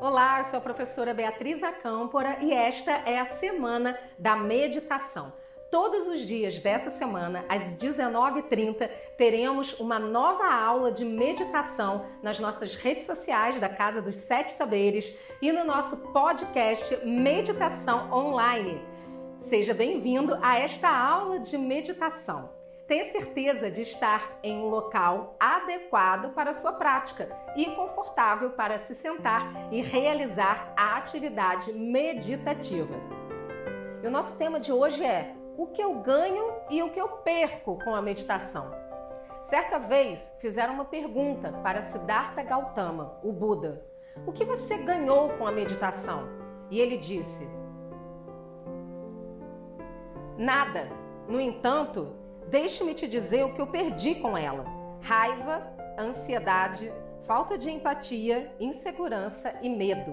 Olá, eu sou a professora Beatriz Acâmpora e esta é a Semana da Meditação. Todos os dias dessa semana, às 19h30, teremos uma nova aula de meditação nas nossas redes sociais da Casa dos Sete Saberes e no nosso podcast Meditação Online. Seja bem-vindo a esta aula de meditação. Tenha certeza de estar em um local adequado para a sua prática e confortável para se sentar e realizar a atividade meditativa. E o nosso tema de hoje é o que eu ganho e o que eu perco com a meditação. Certa vez fizeram uma pergunta para Siddhartha Gautama, o Buda. O que você ganhou com a meditação? E ele disse: nada. No entanto, deixe-me te dizer o que eu perdi com ela: raiva, ansiedade, falta de empatia, insegurança e medo.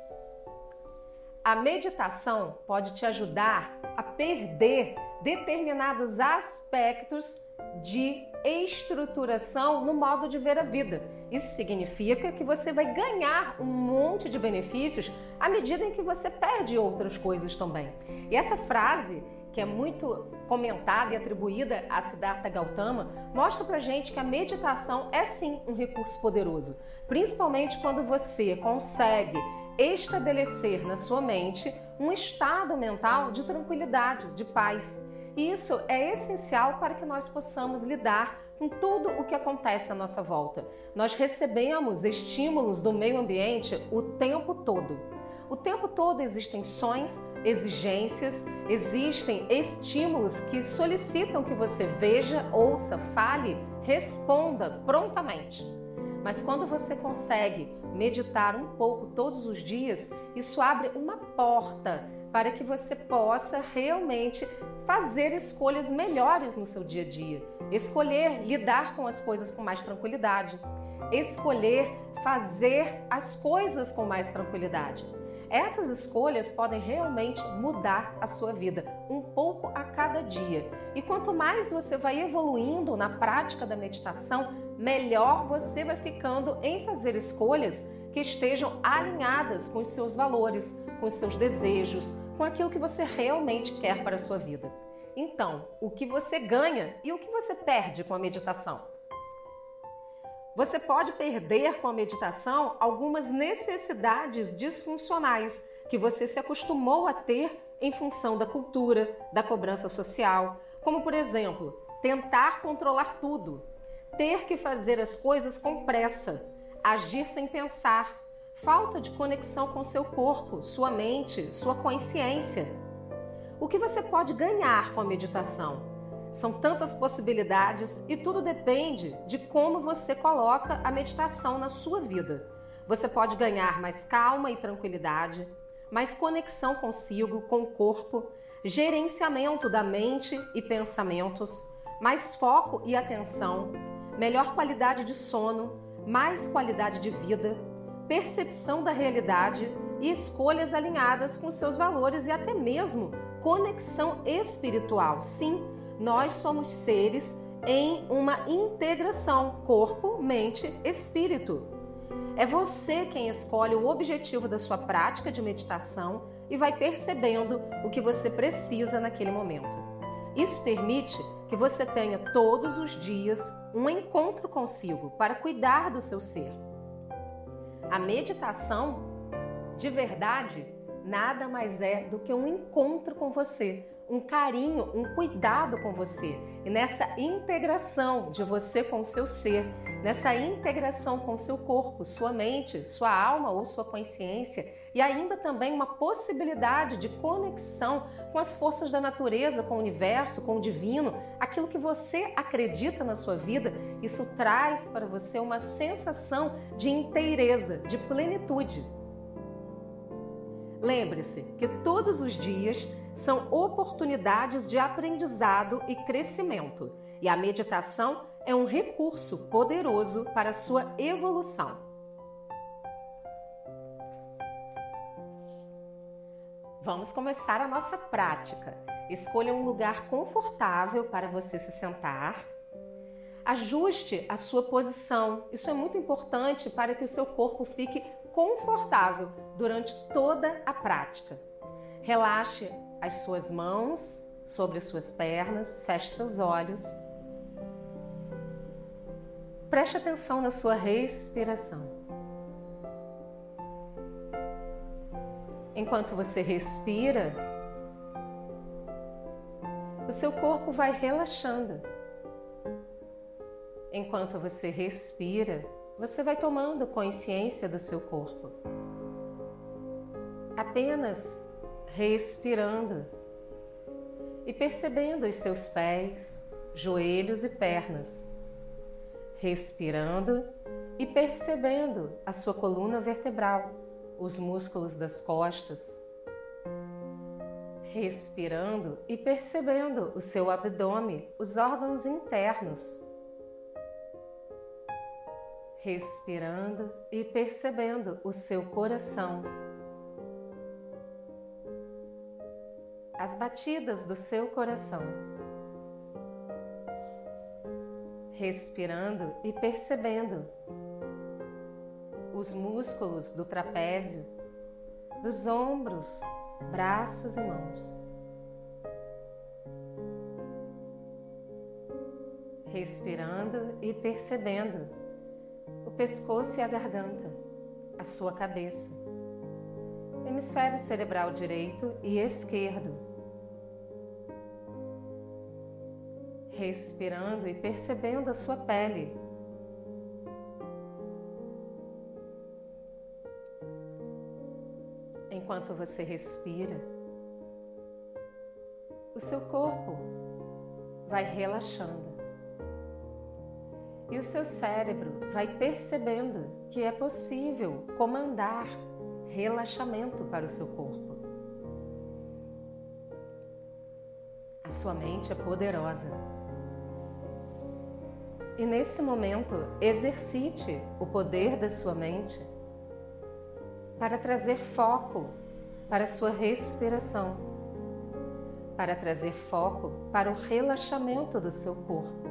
A meditação pode te ajudar a perder determinados aspectos de estruturação no modo de ver a vida. Isso significa que você vai ganhar um monte de benefícios à medida em que você perde outras coisas também. E essa frase, que é muito comentada e atribuída a Siddhartha Gautama, mostra pra gente que a meditação é sim um recurso poderoso, principalmente quando você consegue estabelecer na sua mente um estado mental de tranquilidade, de paz. E isso é essencial para que nós possamos lidar com tudo o que acontece à nossa volta. Nós recebemos estímulos do meio ambiente o tempo todo. O tempo todo existem sons, exigências, existem estímulos que solicitam que você veja, ouça, fale, responda prontamente. Mas quando você consegue meditar um pouco todos os dias, isso abre uma porta para que você possa realmente fazer escolhas melhores no seu dia a dia. Escolher lidar com as coisas com mais tranquilidade. Escolher fazer as coisas com mais tranquilidade. Essas escolhas podem realmente mudar a sua vida, um pouco a cada dia. E quanto mais você vai evoluindo na prática da meditação, melhor você vai ficando em fazer escolhas que estejam alinhadas com os seus valores, com os seus desejos, com aquilo que você realmente quer para a sua vida. Então, o que você ganha e o que você perde com a meditação? Você pode perder com a meditação algumas necessidades disfuncionais que você se acostumou a ter em função da cultura, da cobrança social, como, por exemplo, tentar controlar tudo, ter que fazer as coisas com pressa, agir sem pensar, falta de conexão com seu corpo, sua mente, sua consciência. O que você pode ganhar com a meditação? São tantas possibilidades e tudo depende de como você coloca a meditação na sua vida. Você pode ganhar mais calma e tranquilidade, mais conexão consigo, com o corpo, gerenciamento da mente e pensamentos, mais foco e atenção, melhor qualidade de sono, mais qualidade de vida, percepção da realidade e escolhas alinhadas com seus valores e até mesmo conexão espiritual. Sim, nós somos seres em uma integração corpo, mente, espírito. É você quem escolhe o objetivo da sua prática de meditação e vai percebendo o que você precisa naquele momento. Isso permite que você tenha todos os dias um encontro consigo para cuidar do seu ser. A meditação, de verdade, nada mais é do que um encontro com você, um carinho, um cuidado com você. E nessa integração de você com o seu ser, nessa integração com o seu corpo, sua mente, sua alma ou sua consciência, e ainda também uma possibilidade de conexão com as forças da natureza, com o universo, com o divino, aquilo que você acredita na sua vida, isso traz para você uma sensação de inteireza, de plenitude. Lembre-se que todos os dias são oportunidades de aprendizado e crescimento, e a meditação é um recurso poderoso para a sua evolução. Vamos começar a nossa prática. Escolha um lugar confortável para você se sentar. Ajuste a sua posição. Isso é muito importante para que o seu corpo fique confortável durante toda a prática. Relaxe as suas mãos sobre as suas pernas, feche seus olhos. Preste atenção na sua respiração. Enquanto você respira, o seu corpo vai relaxando. Enquanto você respira, você vai tomando consciência do seu corpo. Apenas respirando e percebendo os seus pés, joelhos e pernas. Respirando e percebendo a sua coluna vertebral, os músculos das costas. Respirando e percebendo o seu abdômen, os órgãos internos. Respirando e percebendo o seu coração. As batidas do seu coração. Respirando e percebendo os músculos do trapézio, dos ombros, braços e mãos. Respirando e percebendo o pescoço e a garganta, a sua cabeça, hemisfério cerebral direito e esquerdo. Respirando e percebendo a sua pele. Enquanto você respira, o seu corpo vai relaxando. E o seu cérebro vai percebendo que é possível comandar relaxamento para o seu corpo. A sua mente é poderosa. E nesse momento, exercite o poder da sua mente para trazer foco para a sua respiração, para trazer foco para o relaxamento do seu corpo.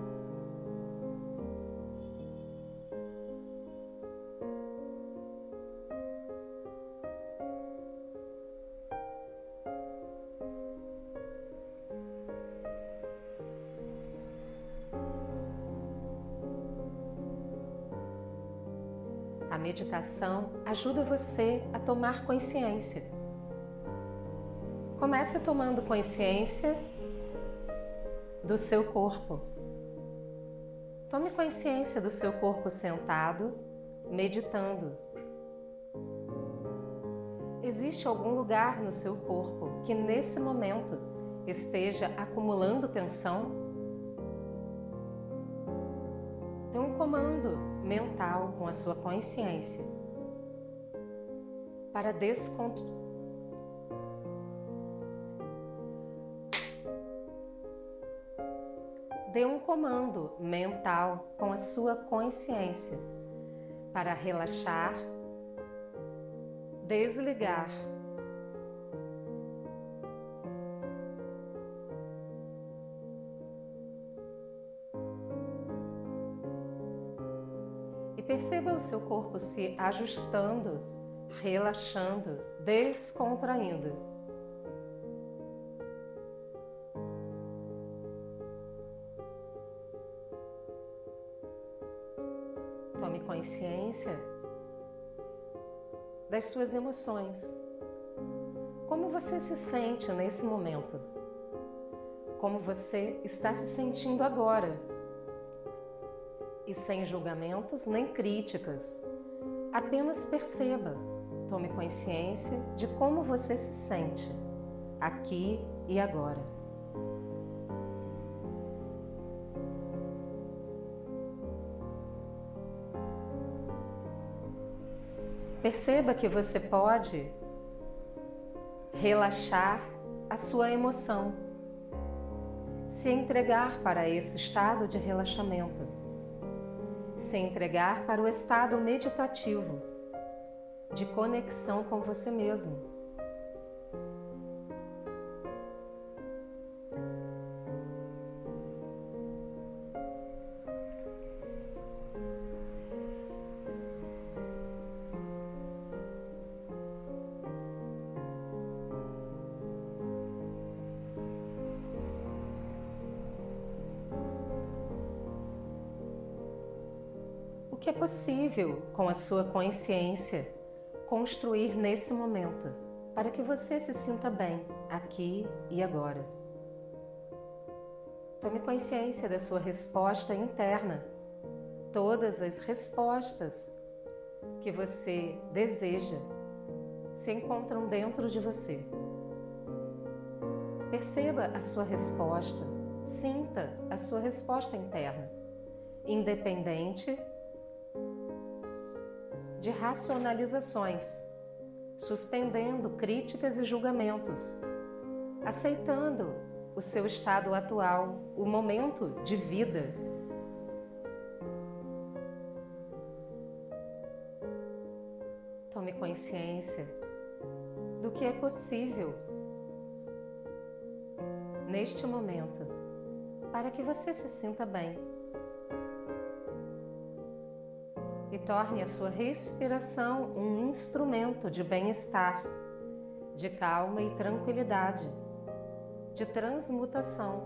A meditação ajuda você a tomar consciência. Comece tomando consciência do seu corpo. Tome consciência do seu corpo sentado, meditando. Existe algum lugar no seu corpo que nesse momento esteja acumulando tensão? Tem um comando mental com a sua consciência para Dê um comando mental com a sua consciência para relaxar, desligar. E perceba o seu corpo se ajustando, relaxando, descontraindo. Tome consciência das suas emoções. Como você se sente nesse momento? Como você está se sentindo agora? E sem julgamentos nem críticas. Apenas perceba, tome consciência de como você se sente, aqui e agora. Perceba que você pode relaxar a sua emoção, se entregar para esse estado de relaxamento, se entregar para o estado meditativo, de conexão com você mesmo. O que é possível com a sua consciência construir nesse momento para que você se sinta bem aqui e agora? Tome consciência da sua resposta interna. Todas as respostas que você deseja se encontram dentro de você. Perceba a sua resposta, sinta a sua resposta interna, independente de racionalizações, suspendendo críticas e julgamentos, aceitando o seu estado atual, o momento de vida. Tome consciência do que é possível neste momento para que você se sinta bem. E torne a sua respiração um instrumento de bem-estar, de calma e tranquilidade, de transmutação.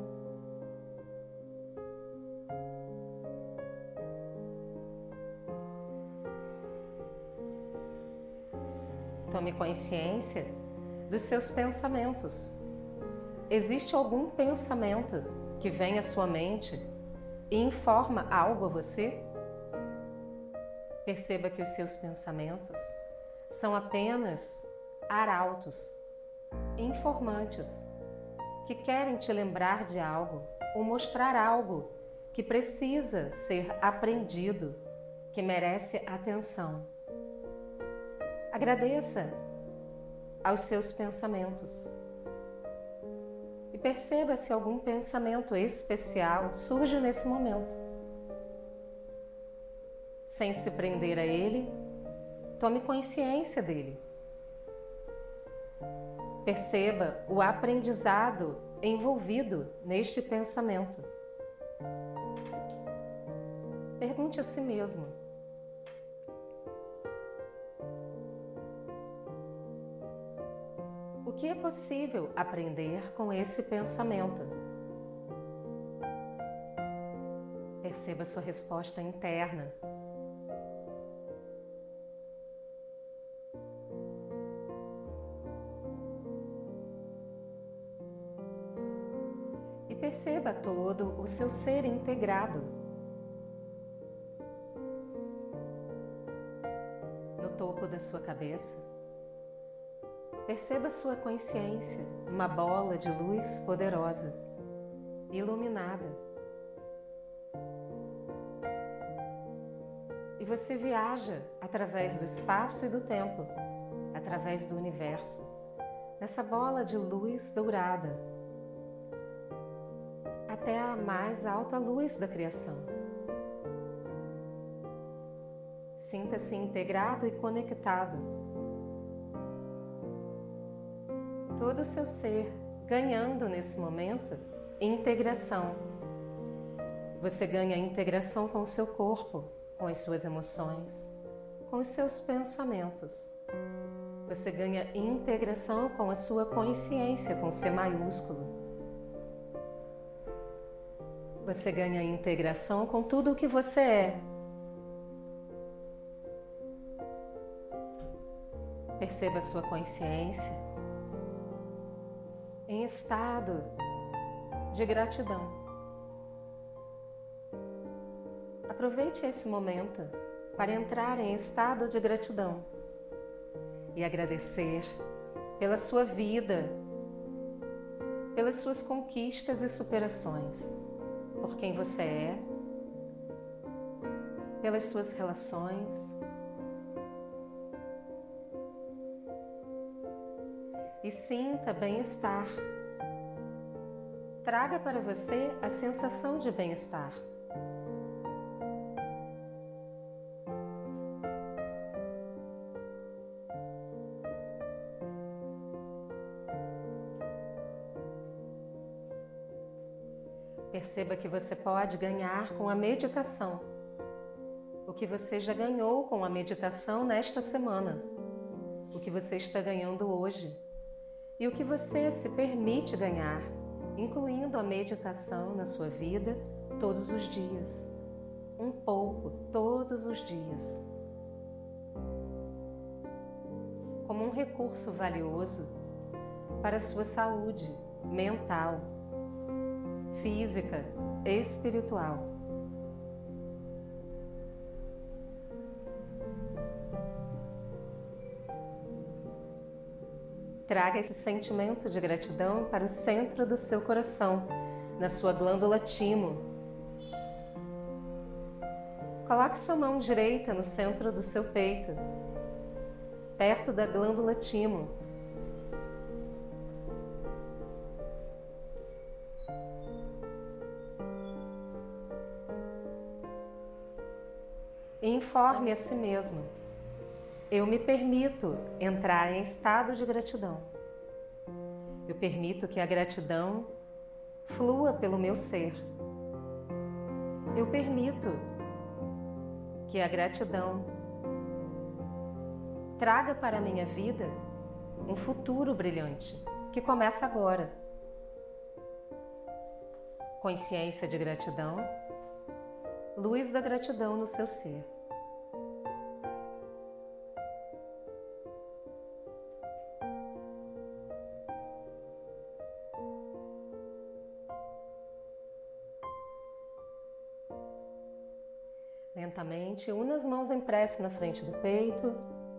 Tome consciência dos seus pensamentos. Existe algum pensamento que vem à sua mente e informa algo a você? Perceba que os seus pensamentos são apenas arautos, informantes, que querem te lembrar de algo ou mostrar algo que precisa ser aprendido, que merece atenção. Agradeça aos seus pensamentos e perceba se algum pensamento especial surge nesse momento. Sem se prender a ele, tome consciência dele. Perceba o aprendizado envolvido neste pensamento. Pergunte a si mesmo: o que é possível aprender com esse pensamento? Perceba sua resposta interna. E perceba todo o seu ser integrado. No topo da sua cabeça, perceba sua consciência, uma bola de luz poderosa, iluminada. E você viaja através do espaço e do tempo, através do universo, nessa bola de luz dourada, até a mais alta luz da criação. Sinta-se integrado e conectado. Todo o seu ser ganhando nesse momento integração. Você ganha integração com o seu corpo, com as suas emoções, com os seus pensamentos. Você ganha integração com a sua consciência, com C maiúsculo. Você ganha integração com tudo o que você é. Perceba a sua consciência em estado de gratidão. Aproveite esse momento para entrar em estado de gratidão e agradecer pela sua vida, pelas suas conquistas e superações, por quem você é, pelas suas relações. E sinta bem-estar. Traga para você a sensação de bem-estar. Perceba que você pode ganhar com a meditação o que você já ganhou com a meditação nesta semana, o que você está ganhando hoje e o que você se permite ganhar, incluindo a meditação na sua vida todos os dias. um pouco todos os dias. Como um recurso valioso para a sua saúde mental, física e espiritual. Traga esse sentimento de gratidão para o centro do seu coração, na sua glândula timo. Coloque sua mão direita no centro do seu peito, perto da glândula timo. E informe a si mesmo: eu me permito entrar em estado de gratidão. Eu permito que a gratidão flua pelo meu ser. Eu permito que a gratidão traga para a minha vida um futuro brilhante, que começa agora. Consciência de gratidão, luz da gratidão no seu ser. Lentamente, una as mãos em prece na frente do peito.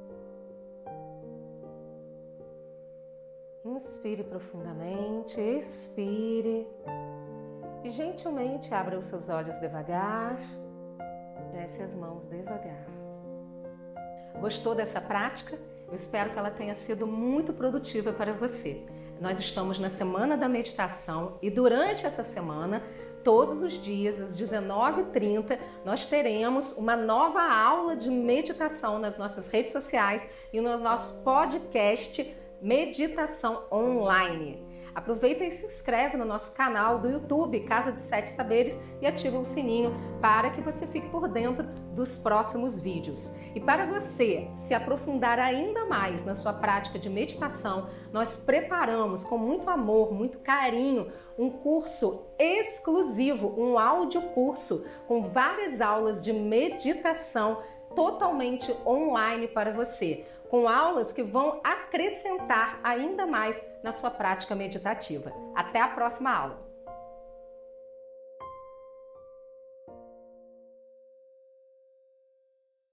Inspire profundamente, expire. E gentilmente abra os seus olhos devagar. Desce as mãos devagar. Gostou dessa prática? Eu espero que ela tenha sido muito produtiva para você. Nós estamos na Semana da Meditação e durante essa semana, todos os dias, às 19h30, nós teremos uma nova aula de meditação nas nossas redes sociais e no nosso podcast Meditação Online. Aproveita e se inscreve no nosso canal do YouTube, Casa dos Sete Saberes, e ativa o sininho para que você fique por dentro dos próximos vídeos. E para você se aprofundar ainda mais na sua prática de meditação, nós preparamos com muito amor, muito carinho, um curso exclusivo, um áudio curso com várias aulas de meditação totalmente online para você, com aulas que vão acrescentar ainda mais na sua prática meditativa. Até a próxima aula!